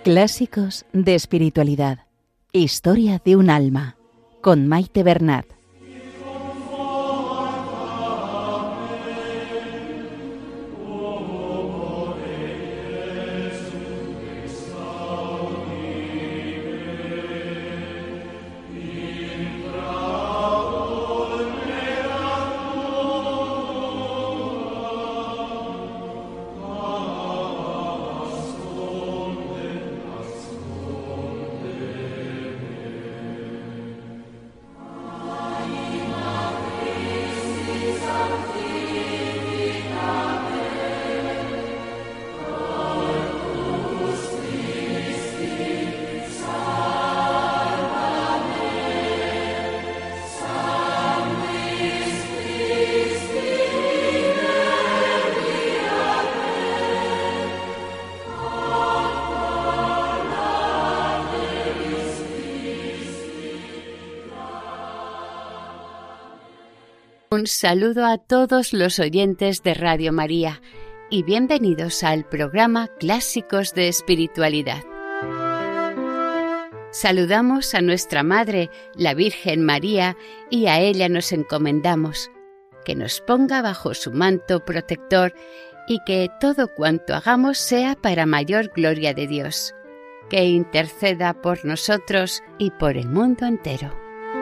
Clásicos de espiritualidad. Historia de un alma. Con Maite Bernat. Un saludo a todos los oyentes de Radio María y bienvenidos al programa Clásicos de Espiritualidad. Saludamos a nuestra Madre, la Virgen María, y a ella nos encomendamos, que nos ponga bajo su manto protector y que todo cuanto hagamos sea para mayor gloria de Dios, que interceda por nosotros y por el mundo entero.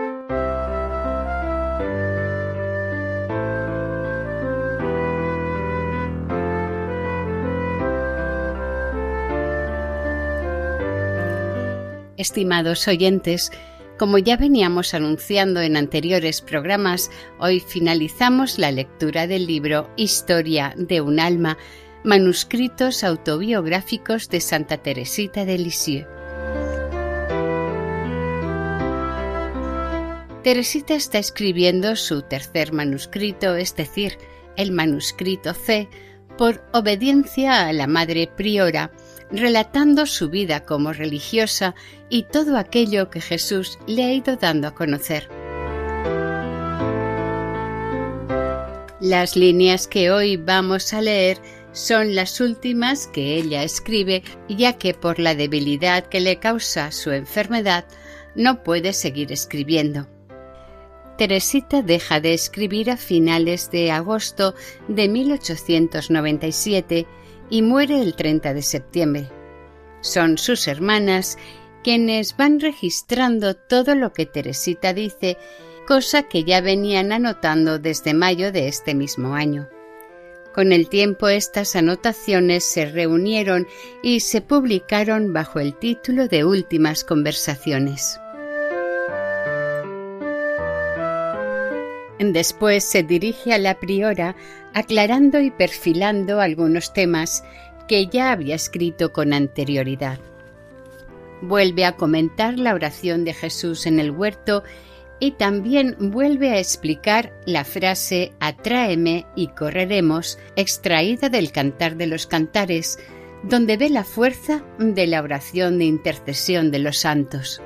Estimados oyentes, como ya veníamos anunciando en anteriores programas, hoy finalizamos la lectura del libro Historia de un alma, manuscritos autobiográficos de Santa Teresita de Lisieux. Teresita está escribiendo su tercer manuscrito, es decir, el manuscrito C, por obediencia a la Madre Priora, relatando su vida como religiosa y todo aquello que Jesús le ha ido dando a conocer. Las líneas que hoy vamos a leer son las últimas que ella escribe, ya que por la debilidad que le causa su enfermedad no puede seguir escribiendo. Teresita deja de escribir a finales de agosto de 1897 y muere el 30 de septiembre. Son sus hermanas quienes van registrando todo lo que Teresita dice, cosa que ya venían anotando desde mayo de este mismo año. Con el tiempo estas anotaciones se reunieron y se publicaron bajo el título de Últimas Conversaciones. Después se dirige a la priora aclarando y perfilando algunos temas que ya había escrito con anterioridad. Vuelve a comentar la oración de Jesús en el huerto y también vuelve a explicar la frase «Atráeme y correremos», extraída del Cantar de los Cantares, donde ve la fuerza de la oración de intercesión de los santos.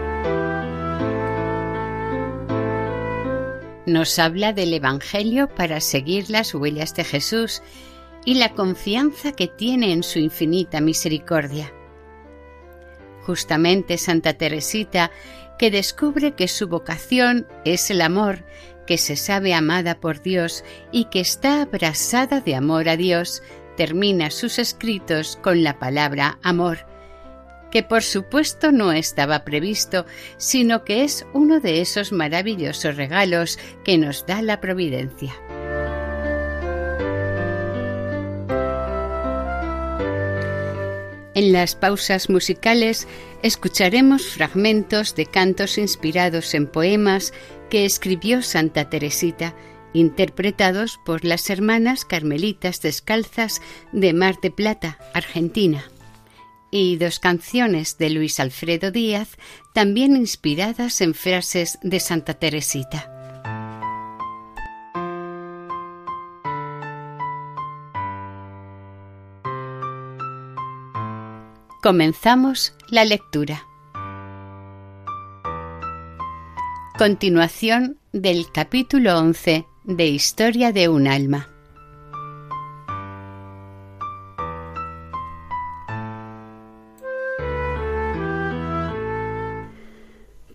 Nos habla del Evangelio para seguir las huellas de Jesús y la confianza que tiene en su infinita misericordia. Justamente Santa Teresita, que descubre que su vocación es el amor, que se sabe amada por Dios y que está abrasada de amor a Dios, termina sus escritos con la palabra amor, que por supuesto no estaba previsto, sino que es uno de esos maravillosos regalos que nos da la providencia. En las pausas musicales escucharemos fragmentos de cantos inspirados en poemas que escribió Santa Teresita, interpretados por las hermanas carmelitas descalzas de Mar del Plata, Argentina, y 2 canciones de Luis Alfredo Díaz, también inspiradas en frases de Santa Teresita. Comenzamos la lectura. Continuación del capítulo 11 de Historia de un alma.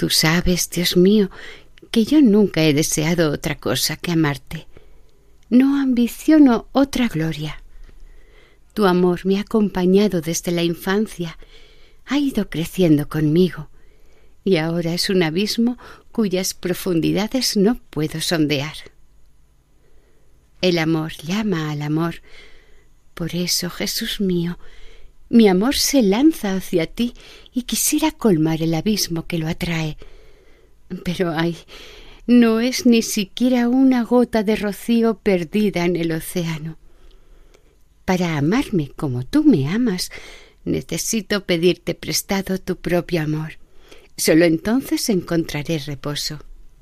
Tú sabes, Dios mío, que yo nunca he deseado otra cosa que amarte. No ambiciono otra gloria. Tu amor me ha acompañado desde la infancia, ha ido creciendo conmigo, y ahora es un abismo cuyas profundidades no puedo sondear. El amor llama al amor. Por eso, Jesús mío, mi amor se lanza hacia ti y quisiera colmar el abismo que lo atrae. Pero ay, no es ni siquiera una gota de rocío perdida en el océano. Para amarme como tú me amas, necesito pedirte prestado tu propio amor. Solo entonces encontraré reposo.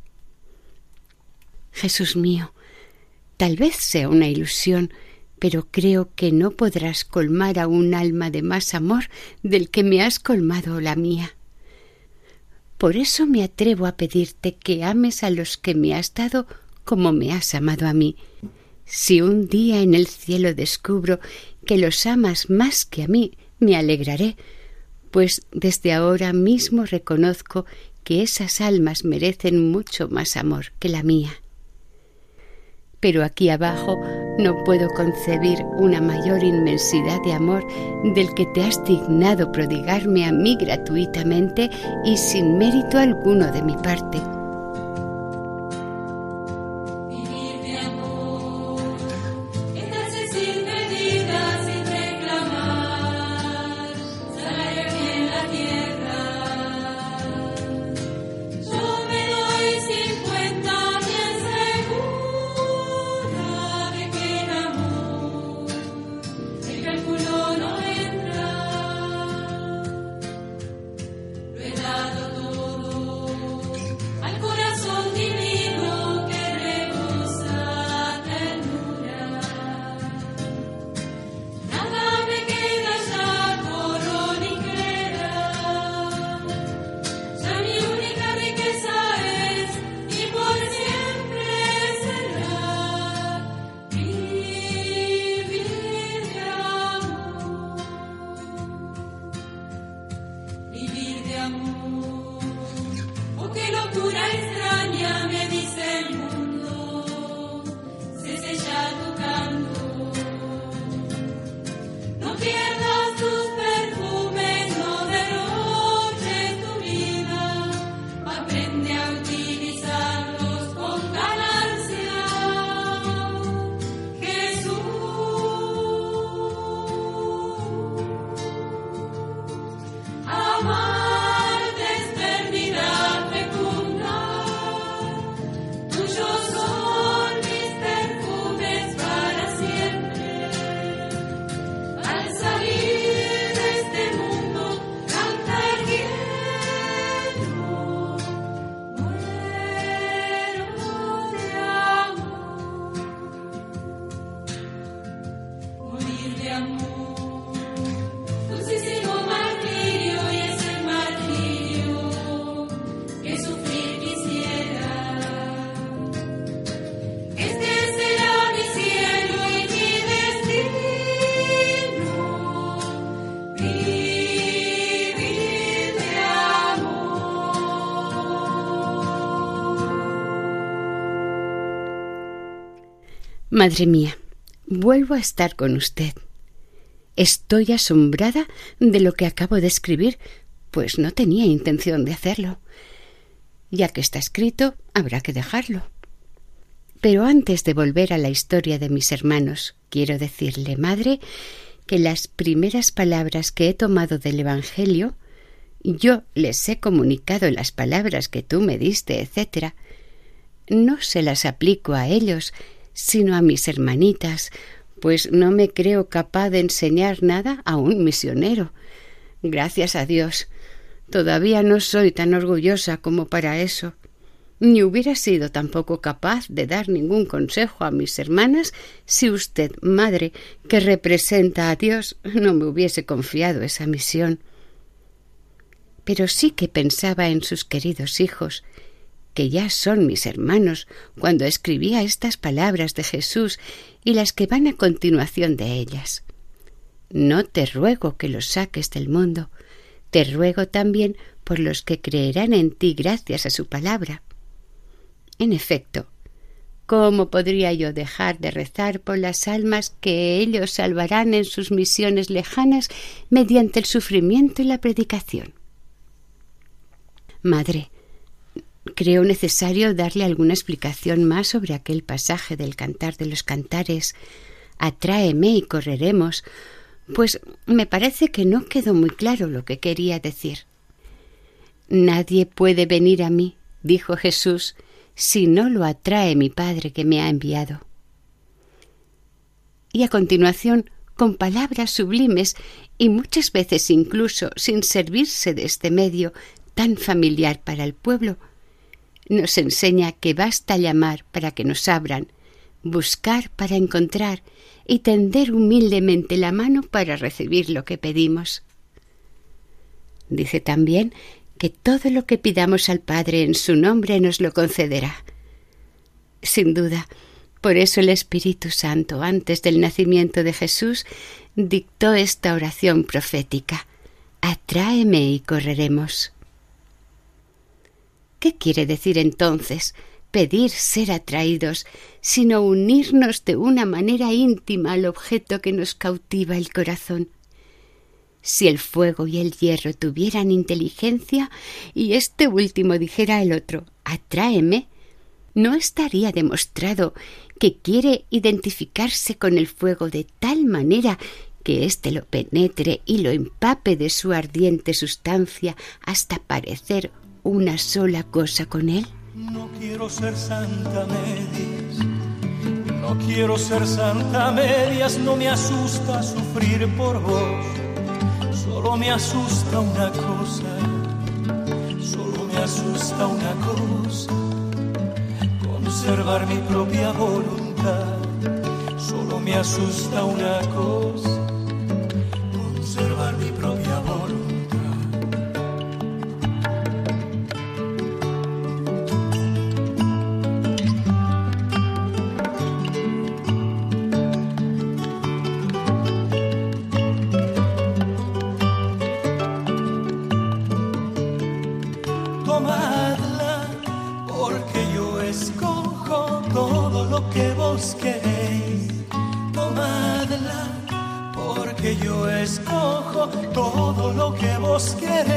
Jesús mío, tal vez sea una ilusión, pero creo que no podrás colmar a un alma de más amor del que me has colmado la mía. Por eso me atrevo a pedirte que ames a los que me has dado como me has amado a mí. Si un día en el cielo descubro que los amas más que a mí, me alegraré, pues desde ahora mismo reconozco que esas almas merecen mucho más amor que la mía. Pero aquí abajo no puedo concebir una mayor inmensidad de amor del que te has dignado prodigarme a mí gratuitamente y sin mérito alguno de mi parte. Madre mía, vuelvo a estar con usted. Estoy asombrada de lo que acabo de escribir, pues no tenía intención de hacerlo. Ya que está escrito, habrá que dejarlo. Pero antes de volver a la historia de mis hermanos, quiero decirle, madre, que las primeras palabras que he tomado del Evangelio, yo les he comunicado las palabras que tú me diste, etc. No se las aplico a ellos, sino a mis hermanitas, pues no me creo capaz de enseñar nada a un misionero. Gracias a Dios, todavía no soy tan orgullosa como para eso. Ni hubiera sido tampoco capaz de dar ningún consejo a mis hermanas si usted, madre, que representa a Dios, no me hubiese confiado esa misión. Pero sí que pensaba en sus queridos hijos, que ya son mis hermanos, cuando escribía estas palabras de Jesús y las que van a continuación de ellas. No te ruego que los saques del mundo, te ruego también por los que creerán en ti gracias a su palabra. En efecto, ¿cómo podría yo dejar de rezar por las almas que ellos salvarán en sus misiones lejanas mediante el sufrimiento y la predicación? Madre, creo necesario darle alguna explicación más sobre aquel pasaje del Cantar de los Cantares, «Atráeme y correremos», pues me parece que no quedó muy claro lo que quería decir. «Nadie puede venir a mí», dijo Jesús, «si no lo atrae mi Padre que me ha enviado». Y a continuación, con palabras sublimes y muchas veces incluso sin servirse de este medio tan familiar para el pueblo, nos enseña que basta llamar para que nos abran, buscar para encontrar y tender humildemente la mano para recibir lo que pedimos. Dice también que todo lo que pidamos al Padre en su nombre nos lo concederá. Sin duda, por eso el Espíritu Santo, antes del nacimiento de Jesús, dictó esta oración profética: «Atráeme y correremos». ¿Qué quiere decir entonces pedir ser atraídos, sino unirnos de una manera íntima al objeto que nos cautiva el corazón? Si el fuego y el hierro tuvieran inteligencia y este último dijera al otro «atráeme», ¿no estaría demostrado que quiere identificarse con el fuego de tal manera que éste lo penetre y lo empape de su ardiente sustancia hasta parecer una sola cosa con él? No quiero ser santa medias, no quiero ser santa medias, no me asusta sufrir por vos, solo me asusta una cosa, solo me asusta una cosa, conservar mi propia voluntad, solo me asusta una cosa, conservar mi propia voluntad. Tomadla, porque yo escojo todo lo que vos queréis. Tomadla, porque yo escojo todo lo que vos queréis.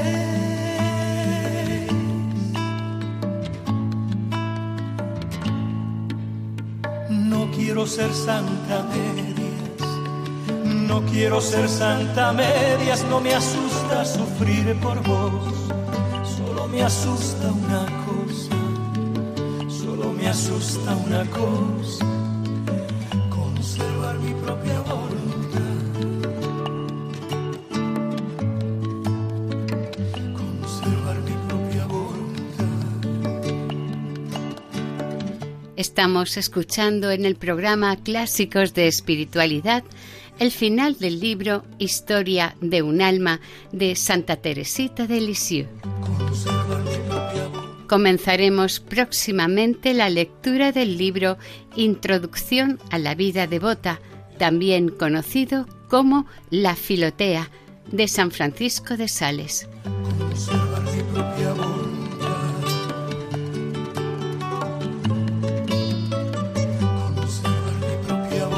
No quiero ser santa medias, no quiero ser santa medias, no me asusta sufrir por vos. Me asusta una cosa, solo me asusta una cosa, conservar mi propia voluntad, conservar mi propia voluntad. Estamos escuchando en el programa Clásicos de Espiritualidad el final del libro Historia de un alma de Santa Teresita de Lisieux. Comenzaremos próximamente la lectura del libro Introducción a la vida devota, también conocido como La Filotea, de San Francisco de Sales. Conservar mi propia voluntad, conservar mi propia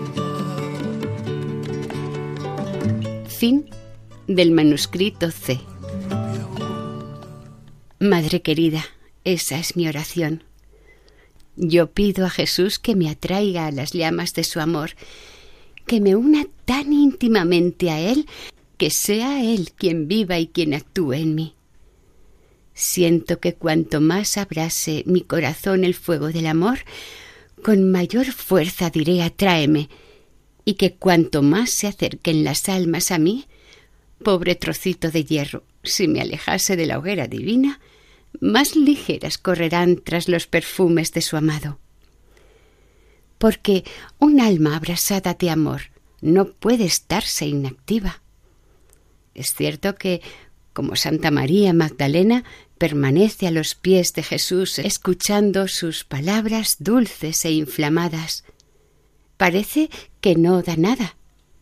voluntad. Fin del manuscrito C. Madre querida, esa es mi oración. Yo pido a Jesús que me atraiga a las llamas de su amor, que me una tan íntimamente a Él, que sea Él quien viva y quien actúe en mí. Siento que cuanto más abrase mi corazón el fuego del amor, con mayor fuerza diré atráeme, y que cuanto más se acerquen las almas a mí, pobre trocito de hierro, si me alejase de la hoguera divina, más ligeras correrán tras los perfumes de su amado. Porque un alma abrasada de amor no puede estarse inactiva. Es cierto que, como Santa María Magdalena, permanece a los pies de Jesús escuchando sus palabras dulces e inflamadas. Parece que no da nada,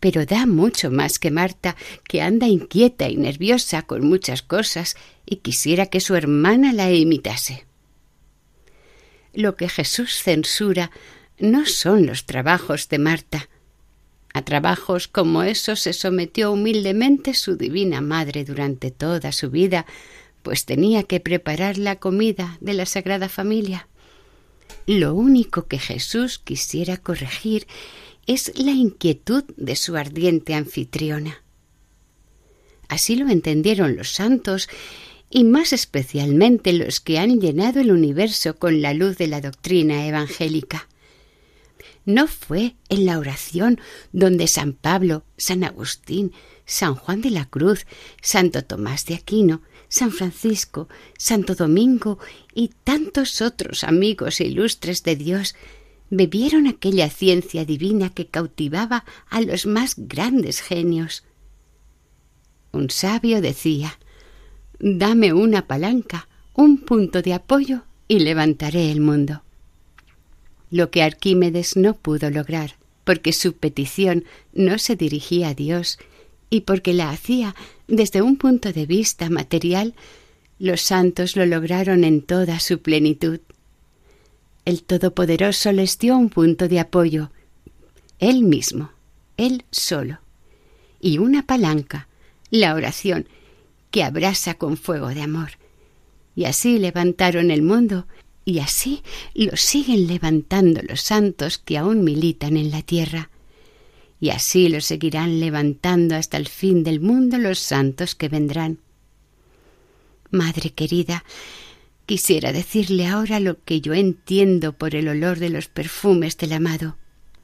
pero da mucho más que Marta, que anda inquieta y nerviosa con muchas cosas y quisiera que su hermana la imitase. Lo que Jesús censura no son los trabajos de Marta. A trabajos como esos se sometió humildemente su divina madre durante toda su vida, pues tenía que preparar la comida de la Sagrada Familia. Lo único que Jesús quisiera corregir es la inquietud de su ardiente anfitriona. Así lo entendieron los santos, y más especialmente los que han llenado el universo con la luz de la doctrina evangélica. No fue en la oración donde San Pablo, San Agustín, San Juan de la Cruz, Santo Tomás de Aquino, San Francisco, Santo Domingo y tantos otros amigos ilustres de Dios bebieron aquella ciencia divina que cautivaba a los más grandes genios. Un sabio decía: «Dame una palanca, un punto de apoyo y levantaré el mundo». Lo que Arquímedes no pudo lograr, porque su petición no se dirigía a Dios y porque la hacía desde un punto de vista material, los santos lo lograron en toda su plenitud. El Todopoderoso les dio un punto de apoyo, Él mismo, Él solo, y una palanca, la oración, que abrasa con fuego de amor. Y así levantaron el mundo, y así lo siguen levantando los santos que aún militan en la tierra. Y así lo seguirán levantando hasta el fin del mundo los santos que vendrán. Madre querida, quisiera decirle ahora lo que yo entiendo por el olor de los perfumes del amado.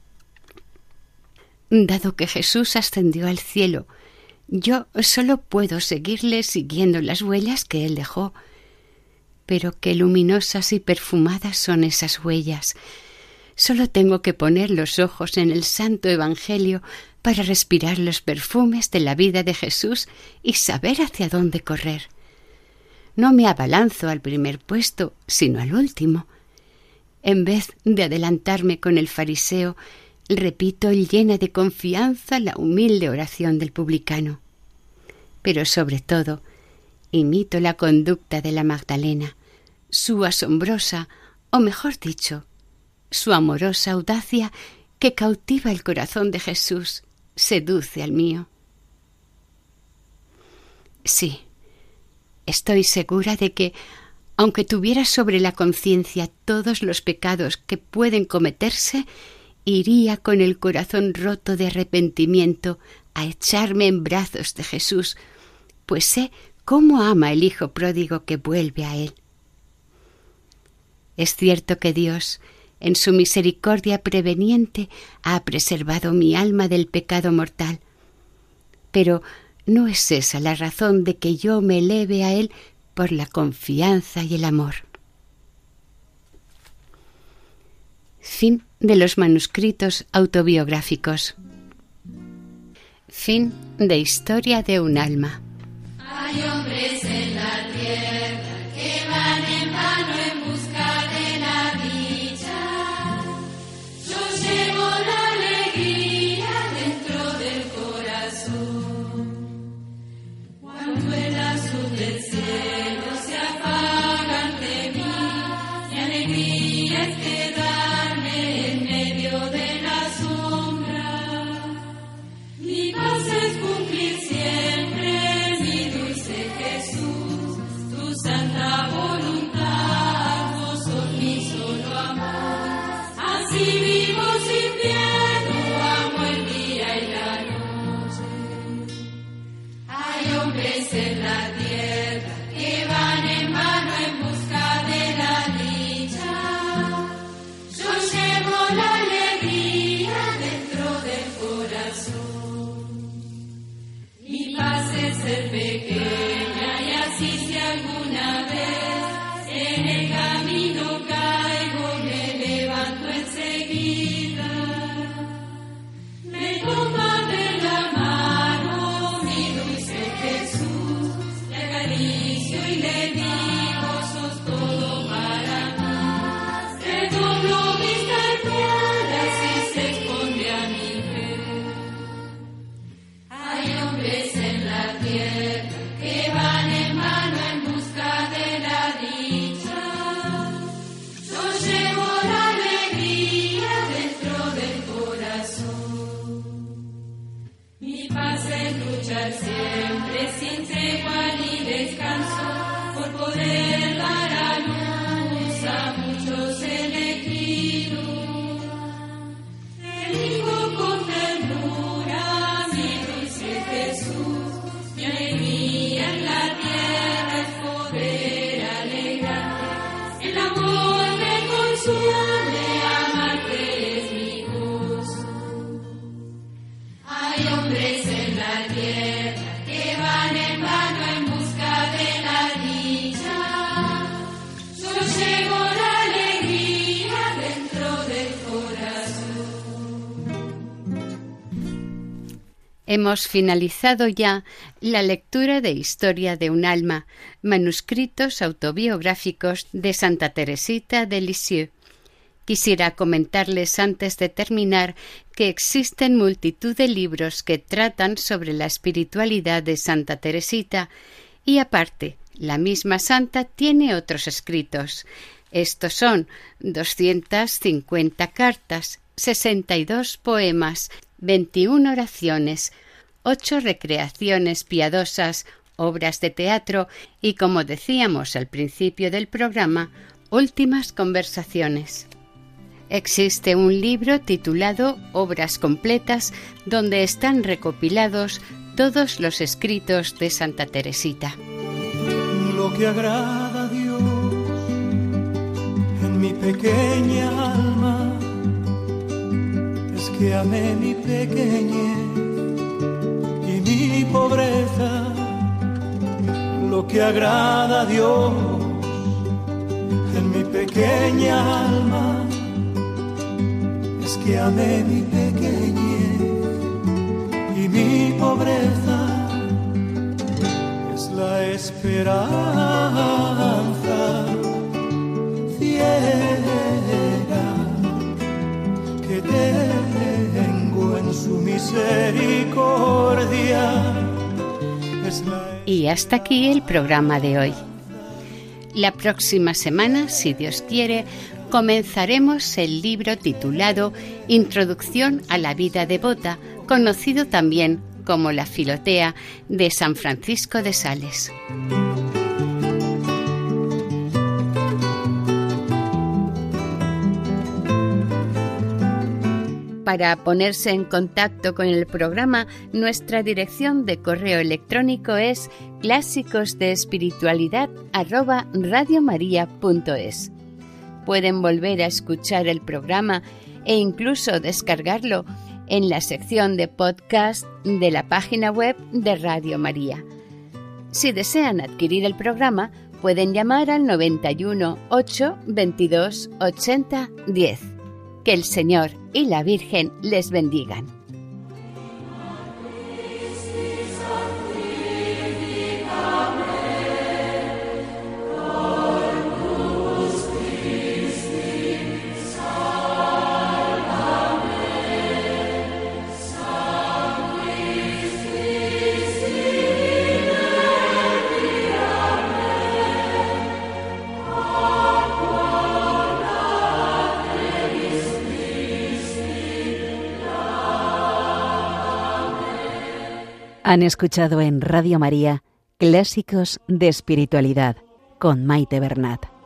Dado que Jesús ascendió al cielo, yo solo puedo seguirle siguiendo las huellas que él dejó. Pero qué luminosas y perfumadas son esas huellas. Solo tengo que poner los ojos en el Santo Evangelio para respirar los perfumes de la vida de Jesús y saber hacia dónde correr. No me abalanzo al primer puesto, sino al último. En vez de adelantarme con el fariseo, repito llena de confianza la humilde oración del publicano. Pero sobre todo, imito la conducta de la Magdalena, su asombrosa, o mejor dicho, su amorosa audacia que cautiva el corazón de Jesús, seduce al mío. Sí, estoy segura de que, aunque tuviera sobre la conciencia todos los pecados que pueden cometerse, iría con el corazón roto de arrepentimiento a echarme en brazos de Jesús, pues sé cómo ama el hijo pródigo que vuelve a él. Es cierto que Dios, en su misericordia preveniente, ha preservado mi alma del pecado mortal, pero no es esa la razón de que yo me eleve a Él por la confianza y el amor. Fin de los manuscritos autobiográficos. Fin de Historia de un alma. Hay hombres en la tierra que van en vano en busca de la dicha. Yo llevo la alegría dentro del corazón. Cuando el azul del cielo se apaga ante mí, mi alegría es quedarme en medio de la sombra. Mi paz es cumplir siempre mi dulce Jesús. luchar siempre sin tregua ni descanso por poder dar a luz a muchos elegidos. Elijo con ternura mi dulce Jesús, mi alegría en la tierra es poder alegrarte, el amor me consume, amarte es mi gozo. Hay hombres en la tierra que van en vano en busca de la dicha. Yo llevo la alegría dentro del corazón. Hemos finalizado ya la lectura de Historia de un alma, manuscritos autobiográficos de Santa Teresita de Lisieux. Quisiera comentarles antes de terminar que existen multitud de libros que tratan sobre la espiritualidad de Santa Teresita y aparte, la misma santa tiene otros escritos. Estos son 250 cartas, 62 poemas, 21 oraciones, 8 recreaciones piadosas, obras de teatro y, como decíamos al principio del programa, últimas conversaciones. Existe un libro titulado Obras completas, donde están recopilados todos los escritos de Santa Teresita. Lo que agrada a Dios en mi pequeña alma es que amé mi pequeñez y mi pobreza. Lo que agrada a Dios en mi pequeña alma es que amé mi pequeñez y mi pobreza, es la esperanza ciega que tengo en su misericordia. Y hasta aquí el programa de hoy. La próxima semana, si Dios quiere, comenzaremos el libro titulado Introducción a la vida devota, conocido también como la Filotea de San Francisco de Sales. Para ponerse en contacto con el programa, nuestra dirección de correo electrónico es clásicosdeespiritualidad@radiomaria.es. Pueden volver a escuchar el programa e incluso descargarlo en la sección de podcast de la página web de Radio María. Si desean adquirir el programa, pueden llamar al 91 8 22 80 10. Que el Señor y la Virgen les bendigan. Han escuchado en Radio María Clásicos de Espiritualidad con Maite Bernat.